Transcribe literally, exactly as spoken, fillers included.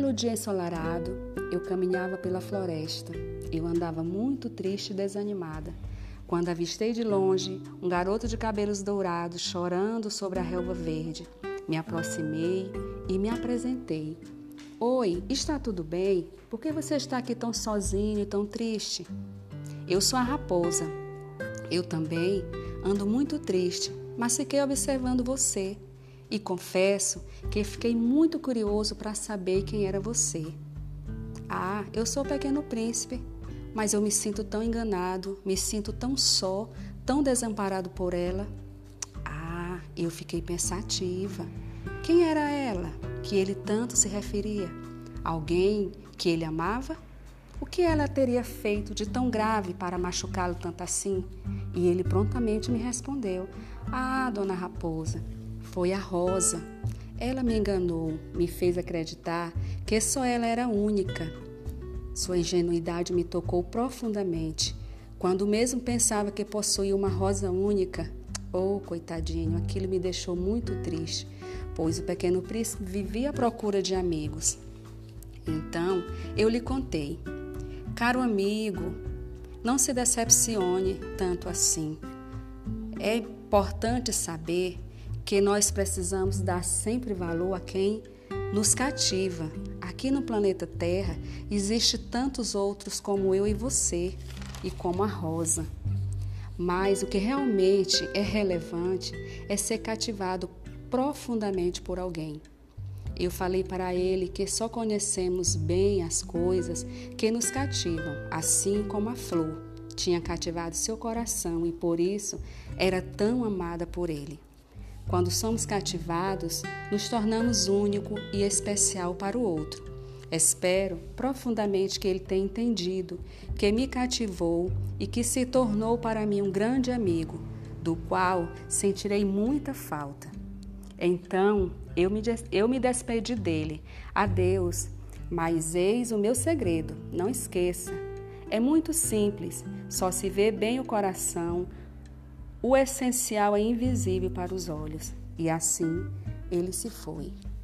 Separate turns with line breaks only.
belo dia ensolarado, eu caminhava pela floresta. Eu andava muito triste e desanimada, quando avistei de longe um garoto de cabelos dourados chorando sobre a relva verde. Me aproximei e me apresentei. Oi, está tudo bem? Por que você está aqui tão sozinho e tão triste? Eu sou a raposa. Eu também ando muito triste, mas fiquei observando você. E confesso que fiquei muito curioso para saber quem era você. Ah, eu sou o Pequeno Príncipe, mas eu me sinto tão enganado, me sinto tão só, tão desamparado por ela. Ah, eu fiquei pensativa. Quem era ela que ele tanto se referia? Alguém que ele amava? O que ela teria feito de tão grave para machucá-lo tanto assim? E ele prontamente me respondeu: Ah, dona Raposa, foi a Rosa. Ela me enganou, me fez acreditar que só ela era única. Sua ingenuidade me tocou profundamente. Quando mesmo pensava que possuía uma rosa única, oh, coitadinho, aquilo me deixou muito triste, pois o Pequeno Príncipe vivia à procura de amigos. Então, eu lhe contei: Caro amigo, não se decepcione tanto assim. É importante saber que nós precisamos dar sempre valor a quem nos cativa. Aqui no planeta Terra existe tantos outros como eu e você, e como a Rosa. Mas o que realmente é relevante é ser cativado profundamente por alguém. Eu falei para ele que só conhecemos bem as coisas que nos cativam, assim como a flor tinha cativado seu coração e por isso era tão amada por ele. Quando somos cativados, nos tornamos único e especial para o outro. Espero profundamente que ele tenha entendido que me cativou e que se tornou para mim um grande amigo, do qual sentirei muita falta. Então, eu me, des- eu me despedi dele. Adeus, mas eis o meu segredo, não esqueça. É muito simples, só se vê bem o coração. O essencial é invisível para os olhos. E assim ele se foi.